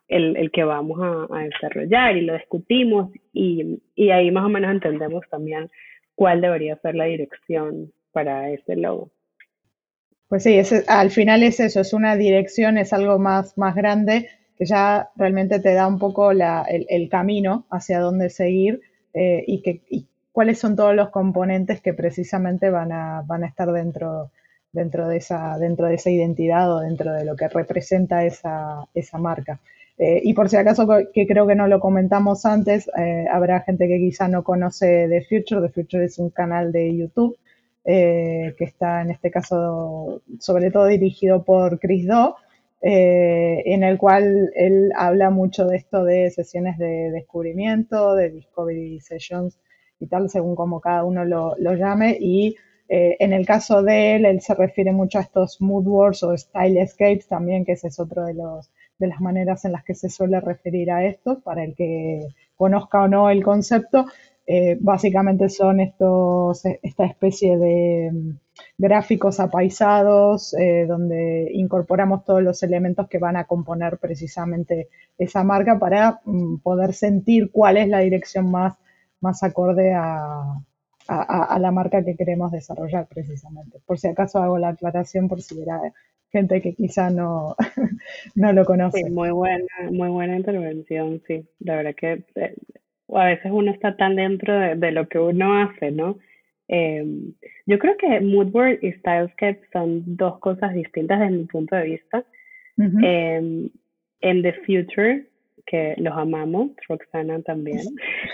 el, el que vamos a, a desarrollar y lo discutimos y, y ahí más o menos entendemos también cuál debería ser la dirección para ese logo. Pues sí, ese- al final es eso, es una dirección, es algo más, más grande que ya realmente te da un poco la, el, el camino hacia dónde seguir eh, y, que, y cuáles son todos los componentes que precisamente van a, van a estar dentro, dentro de esa, dentro de esa identidad o dentro de lo que representa esa, esa marca. Eh, y por si acaso, que que creo que no lo comentamos antes, eh, habrá gente que quizá no conoce The Future. The Future es un canal de YouTube eh, que está en este caso sobre todo dirigido por Chris Do, eh, en el cual él habla mucho de esto de sesiones de descubrimiento, de discovery sessions y tal, según como cada uno lo, lo llame. Y eh, en el caso de él, él se refiere mucho a estos mood boards o style escapes también, que ese es otro de los de las maneras en las que se suele referir a esto, para el que conozca o no el concepto. Eh, básicamente son estos, esta especie de mm, gráficos apaisados eh, donde incorporamos todos los elementos que van a componer precisamente esa marca para mm, poder sentir cuál es la dirección más, más acorde a, a, a, la marca que queremos desarrollar precisamente. Por si acaso hago la aclaración por si hubiera gente que quizá no, no lo Sí, conoce. muy buena, muy buena intervención, sí. La verdad que eh, a veces uno está tan dentro de, de lo que uno hace, ¿no? Eh, yo creo que moodboard y stylescape son dos cosas distintas desde mi punto de vista. Uh -huh. Eh, en The Future, que los amamos, Roxana también.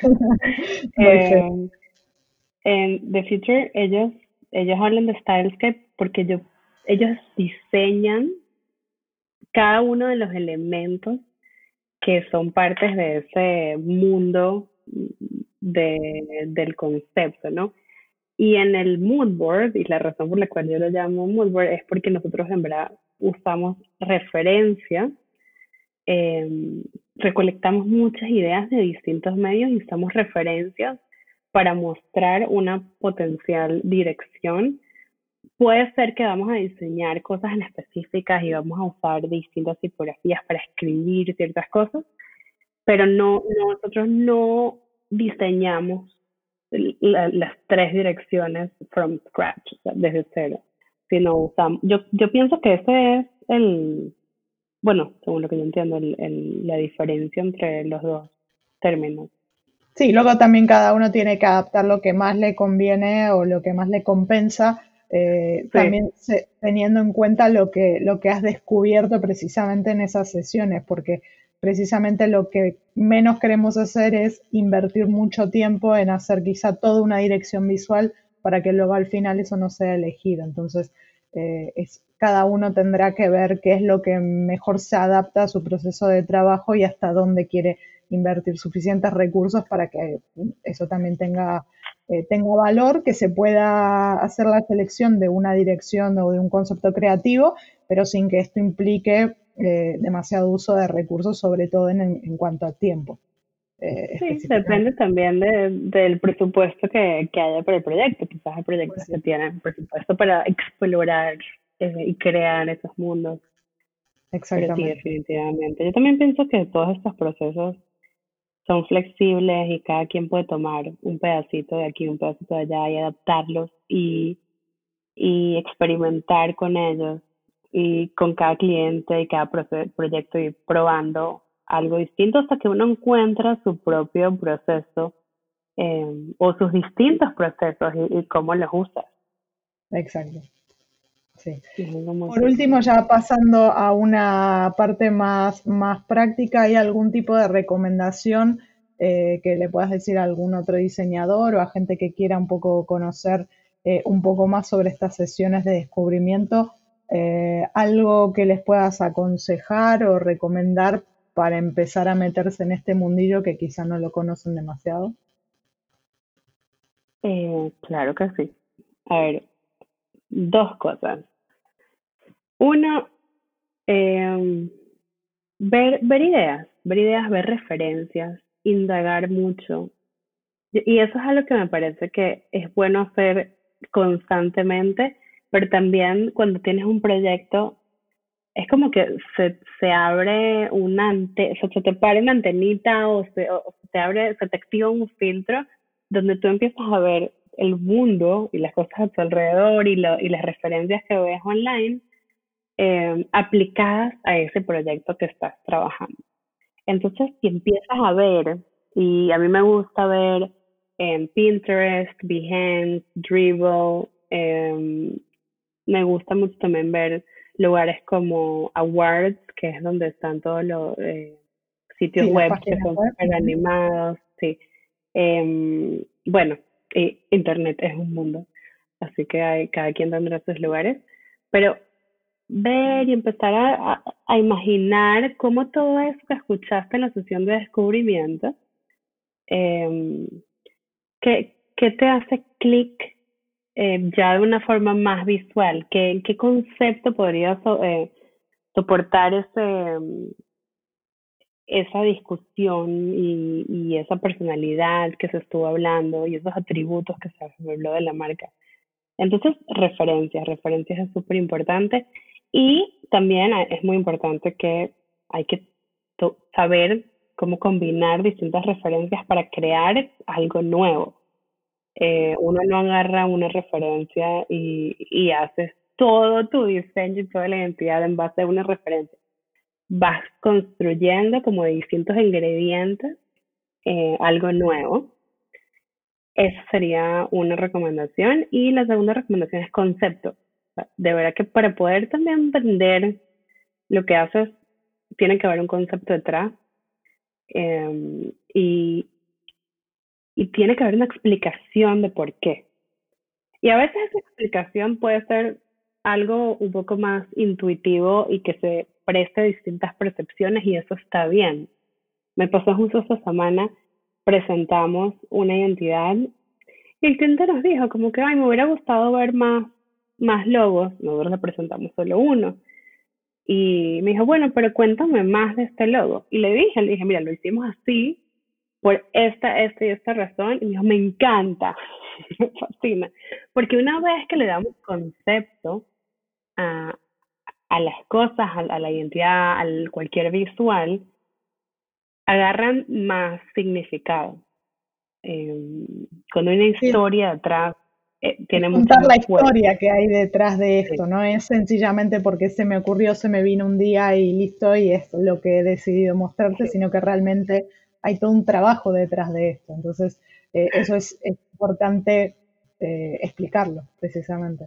eh, en The Future ellos, ellos hablan de stylescape porque yo, ellos diseñan cada uno de los elementos que son partes de ese mundo de, del concepto, ¿no? Y en el mood board, y la razón por la cual yo lo llamo mood board es porque nosotros en verdad usamos referencias, eh, recolectamos muchas ideas de distintos medios y usamos referencias para mostrar una potencial dirección. Puede ser que vamos a diseñar cosas en específicas y vamos a usar distintas tipografías para escribir ciertas cosas, pero no, nosotros no diseñamos la, las tres direcciones from scratch, o sea, desde cero, sino usamos, yo, yo pienso que ese es el, bueno, según lo que yo entiendo, el, el, la diferencia entre los dos términos. Sí, luego también cada uno tiene que adaptar lo que más le conviene o lo que más le compensa, eh, sí. También se, teniendo en cuenta lo que, lo que has descubierto precisamente en esas sesiones, porque precisamente lo que menos queremos hacer es invertir mucho tiempo en hacer quizá toda una dirección visual para que luego al final eso no sea elegido. Entonces, eh, es, cada uno tendrá que ver qué es lo que mejor se adapta a su proceso de trabajo y hasta dónde quiere invertir suficientes recursos para que eso también tenga, eh, tenga valor, que se pueda hacer la selección de una dirección o de un concepto creativo, pero sin que esto implique eh, demasiado uso de recursos, sobre todo en, en cuanto a tiempo. Eh, sí, depende también de, del presupuesto que, que haya para el proyecto. Quizás hay proyectos pues sí. que tienen presupuesto para explorar eh, y crear esos mundos. Exactamente. Pero sí, definitivamente. Yo también pienso que todos estos procesos son flexibles y cada quien puede tomar un pedacito de aquí, un pedacito de allá y adaptarlos y, y experimentar con ellos y con cada cliente y cada proyecto y probando algo distinto hasta que uno encuentra su propio proceso eh, o sus distintos procesos y, y cómo los usa. Exacto. Sí. Por último, ya pasando a una parte más, más práctica, ¿hay algún tipo de recomendación eh, que le puedas decir a algún otro diseñador o a gente que quiera un poco conocer eh, un poco más sobre estas sesiones de descubrimiento? Eh, ¿Algo que les puedas aconsejar o recomendar para empezar a meterse en este mundillo que quizá no lo conocen demasiado? Eh, claro que sí. A ver, dos cosas. Uno, eh, ver, ver ideas, ver ideas, ver referencias, indagar mucho. Y eso es algo que me parece que es bueno hacer constantemente, pero también cuando tienes un proyecto, es como que se, se abre una ante, o sea, se te para una antenita o se, o se te abre, se te activa un filtro donde tú empiezas a ver el mundo y las cosas a tu alrededor y, lo, y las referencias que ves online eh, aplicadas a ese proyecto que estás trabajando. Entonces, si empiezas a ver, y a mí me gusta ver en Pinterest, Behance, Dribbble, eh, me gusta mucho también ver lugares como Awards, que es donde están todos los eh, sitios Sí, las web que páginas son web. súper animados, sí. Em, bueno, y Internet es un mundo, así que hay, cada quien tendrá sus lugares, pero ver y empezar a, a- a imaginar cómo todo eso que escuchaste en la sesión de descubrimiento, em, ¿qué, qué te hace clic eh, ya de una forma más visual? ¿Qué, qué concepto podría so- eh, soportar ese, mm, esa discusión y, y esa personalidad que se estuvo hablando y esos atributos que se habló de la marca? Entonces, referencias, referencias es súper importante y también eh, es muy importante que hay que to- saber cómo combinar distintas referencias para crear algo nuevo. Eh, uno no agarra una referencia y, y haces todo tu diseño y toda la identidad en base a una referencia. Vas construyendo como de distintos ingredientes eh, algo nuevo. Esa sería una recomendación. Y la segunda recomendación es concepto. O sea, de verdad que para poder también vender lo que haces, tiene que haber un concepto detrás. eh, y, y tiene que haber una explicación de por qué. Y a veces esa explicación puede ser algo un poco más intuitivo y que se preste a distintas percepciones y eso está bien. Me pasó justo esta semana, presentamos una identidad y el cliente nos dijo como que, ay, me hubiera gustado ver más, más logos. Nosotros le presentamos solo uno. Y me dijo, bueno, pero cuéntame más de este logo. Y le dije, le dije, mira, lo hicimos así por esta, esta y esta razón. Y me dijo, me encanta, me fascina. Porque una vez que le damos concepto a, a las cosas, a, a la identidad, a cualquier visual, agarran más significado. Eh, cuando hay una Sí, historia detrás, eh, es tiene mucha contar más la fuerza. historia que hay detrás de Sí, esto, no es sencillamente porque se me ocurrió, se me vino un día y listo y es lo que he decidido mostrarte, sí. sino que realmente hay todo un trabajo detrás de esto. Entonces, eh, eso es, es importante eh, explicarlo, precisamente.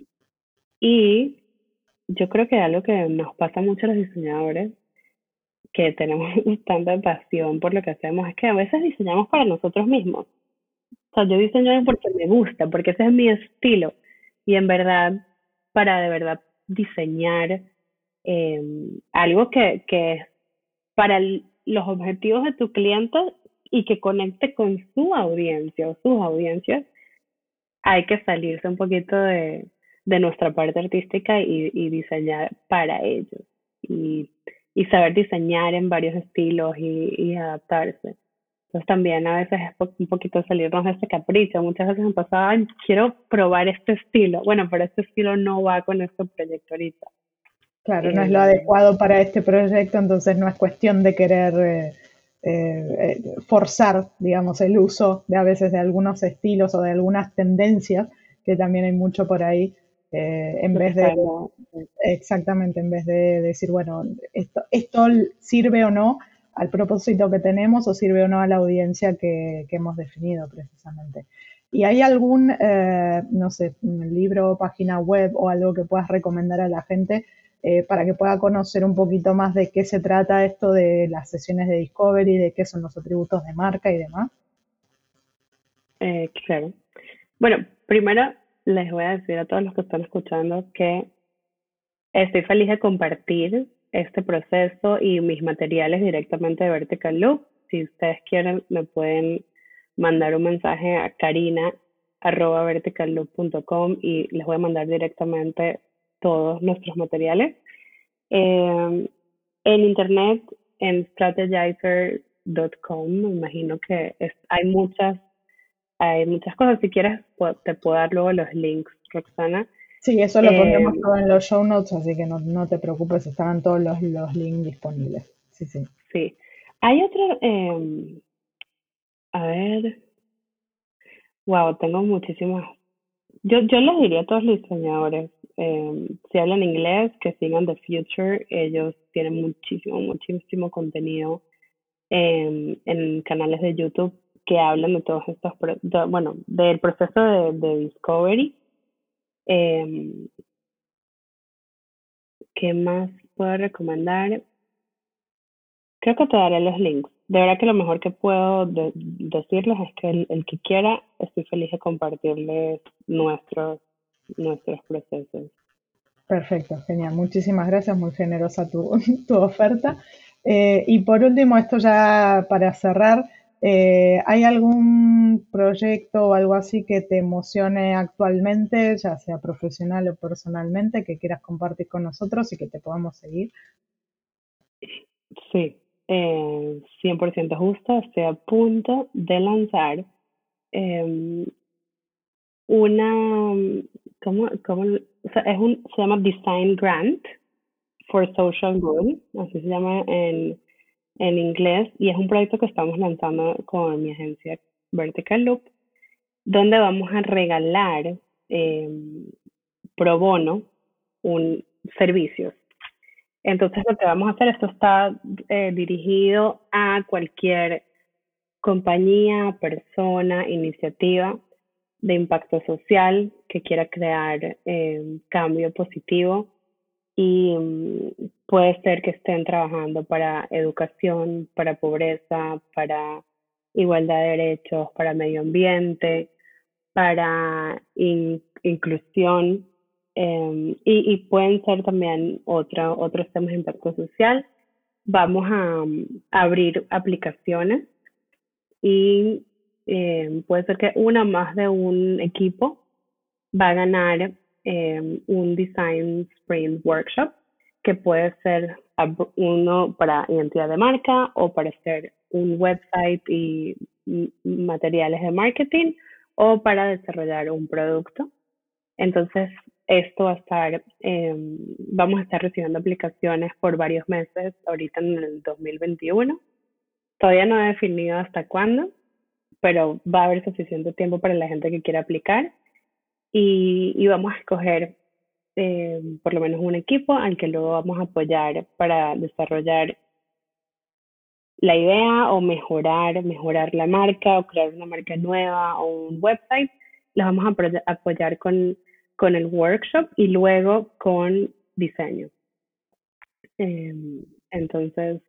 Y yo creo que algo que nos pasa mucho a los diseñadores, que tenemos tanta pasión por lo que hacemos, es que a veces diseñamos para nosotros mismos. O sea, yo diseño porque me gusta, porque ese es mi estilo. Y en verdad, para de verdad diseñar eh, algo que, que es para el- los objetivos de tu cliente y que conecte con su audiencia o sus audiencias, hay que salirse un poquito de, de nuestra parte artística y, y diseñar para ellos. Y, y saber diseñar en varios estilos y, y adaptarse. Entonces también a veces es po- un poquito salirnos de ese capricho. Muchas veces me pasaba, "Ay, quiero probar este estilo. Bueno, pero este estilo no va con este proyecto ahorita. Claro, no es lo Em, adecuado para este proyecto, entonces no es cuestión de querer eh, eh, eh, forzar, digamos, el uso de a veces de algunos estilos o de algunas tendencias, que también hay mucho por ahí, eh, en lo que vez de, está de moda. Sí. exactamente, en vez de decir, bueno, esto, esto sirve o no al propósito que tenemos o sirve o no a la audiencia que, que hemos definido precisamente. ¿Y hay algún, eh, no sé, libro, página web o algo que puedas recomendar a la gente eh, para que pueda conocer un poquito más de qué se trata esto de las sesiones de Discovery, de qué son los atributos de marca y demás? Eh, claro. Bueno, primero les voy a decir a todos los que están escuchando que estoy feliz de compartir este proceso y mis materiales directamente de Vertical Loop. Si ustedes quieren, me pueden mandar un mensaje a karina arroba verticalloop punto com y les voy a mandar directamente todos nuestros materiales. Eh, en internet, en strategizer punto com, me imagino que es- hay muchas, hay muchas cosas. Si quieres, pu- te puedo dar luego los links, Roxana. Sí, eso lo Eh, pondremos todo en los show notes, así que no, no te preocupes, estaban todos los, los links disponibles. Sí, sí. sí. Hay otro, eh, a ver, wow, tengo muchísimas. Yo, yo les diría a todos los diseñadores, eh, si hablan inglés, que sigan The Future. Ellos tienen muchísimo, muchísimo contenido eh, en canales de YouTube que hablan de todos estos, pro- de- bueno, del proceso de, de discovery. Eh, ¿Qué más puedo recomendar? Creo que te daré los links. De verdad que lo mejor que puedo de- decirles es que el, el que quiera, estoy feliz de compartirles nuestros, nuestros procesos. Perfecto, genial. Muchísimas gracias, muy generosa tu, tu oferta. Eh, y por último, esto ya para cerrar, eh, ¿hay algún proyecto o algo así que te emocione actualmente, ya sea profesional o personalmente, que quieras compartir con nosotros y que te podamos seguir? Sí, eh, cien por ciento justo. Estoy a punto de lanzar eh, una, ¿cómo, cómo? O sea, es un, se llama Design Grant for Social Good, así se llama en, en inglés, y es un proyecto que estamos lanzando con mi agencia Vertical Loop, donde vamos a regalar eh, pro bono un servicios. Entonces lo que vamos a hacer, esto está eh, dirigido a cualquier compañía, persona, iniciativa de impacto social que quiera crear eh, cambio positivo y mm, puede ser que estén trabajando para educación, para pobreza, para igualdad de derechos, para medio ambiente, para in- inclusión eh, y, y pueden ser también otra, otros temas de impacto social. Vamos a, um, abrir aplicaciones y eh, puede ser que una más de un equipo va a ganar eh, un Design Sprint Workshop que puede ser uno para identidad de marca o para hacer un website y materiales de marketing o para desarrollar un producto. Entonces, esto va a estar, eh, vamos a estar recibiendo aplicaciones por varios meses ahorita en el dos mil veintiuno. Todavía no he definido hasta cuándo, pero va a haber suficiente tiempo para la gente que quiera aplicar y, y vamos a escoger eh, por lo menos un equipo al que luego vamos a apoyar para desarrollar la idea o mejorar, mejorar la marca o crear una marca nueva o un website. Los vamos a apoyar con, con el workshop y luego con diseño. Eh, entonces,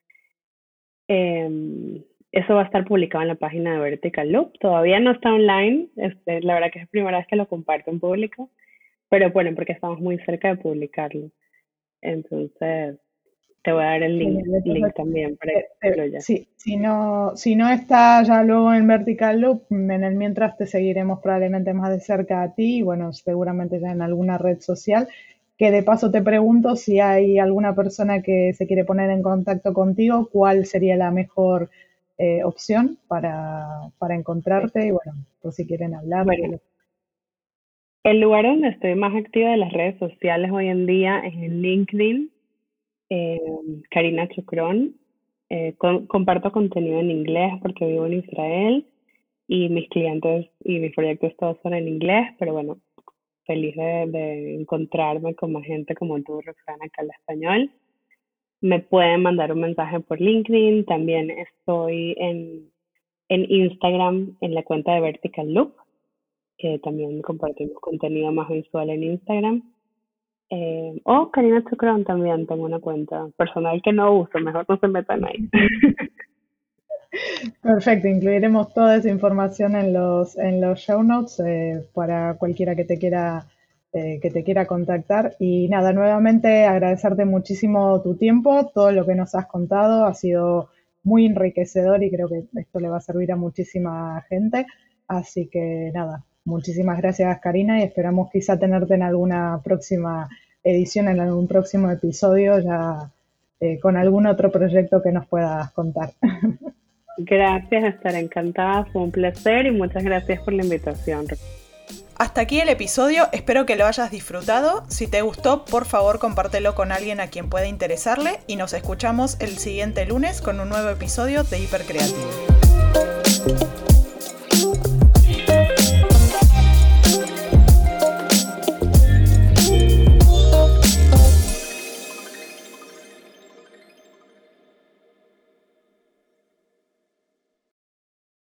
eh, eso va a estar publicado en la página de Vertical Loop. Todavía no está online, este, la verdad que es la primera vez que lo comparto en público, pero bueno, porque estamos muy cerca de publicarlo. Entonces, te voy a dar el link, Genial. Entonces, link también para que eh, eh, lo incluyas. sí, si no, si no está ya luego en Vertical Loop, en el mientras te seguiremos probablemente más de cerca a ti y bueno, seguramente ya en alguna red social. Que de paso te pregunto si hay alguna persona que se quiere poner en contacto contigo, ¿cuál sería la mejor eh, opción para, para Sí. encontrarte? Y bueno, pues si quieren hablarte. Bueno, lo- el lugar donde estoy más activa de las redes sociales hoy en día es en LinkedIn, eh, Karina Chocrón. Eh, con- comparto contenido en inglés porque vivo en Israel y mis clientes y mis proyectos todos son en inglés, pero bueno, feliz de, de encontrarme con más gente como tú, Roxana, que habla español. Me pueden mandar un mensaje por LinkedIn, también estoy en, en Instagram en la cuenta de Vertical Loop, que también compartimos contenido más visual en Instagram. Eh, o Karina Chocrón también tengo una cuenta personal que no uso, mejor no se metan ahí. Perfecto, incluiremos toda esa información en los, en los show notes eh, para cualquiera que te quiera eh, que te quiera contactar. Y nada, nuevamente agradecerte muchísimo tu tiempo, todo lo que nos has contado ha sido muy enriquecedor y creo que esto le va a servir a muchísima gente. Así que nada, muchísimas gracias Karina y esperamos quizá tenerte en alguna próxima edición, en algún próximo episodio ya eh, con algún otro proyecto que nos puedas contar. Gracias, estaré encantada, fue un placer y muchas gracias por la invitación. Hasta aquí el episodio, espero que lo hayas disfrutado. Si te gustó, por favor compártelo con alguien a quien pueda interesarle y nos escuchamos el siguiente lunes con un nuevo episodio de Hipercreativo.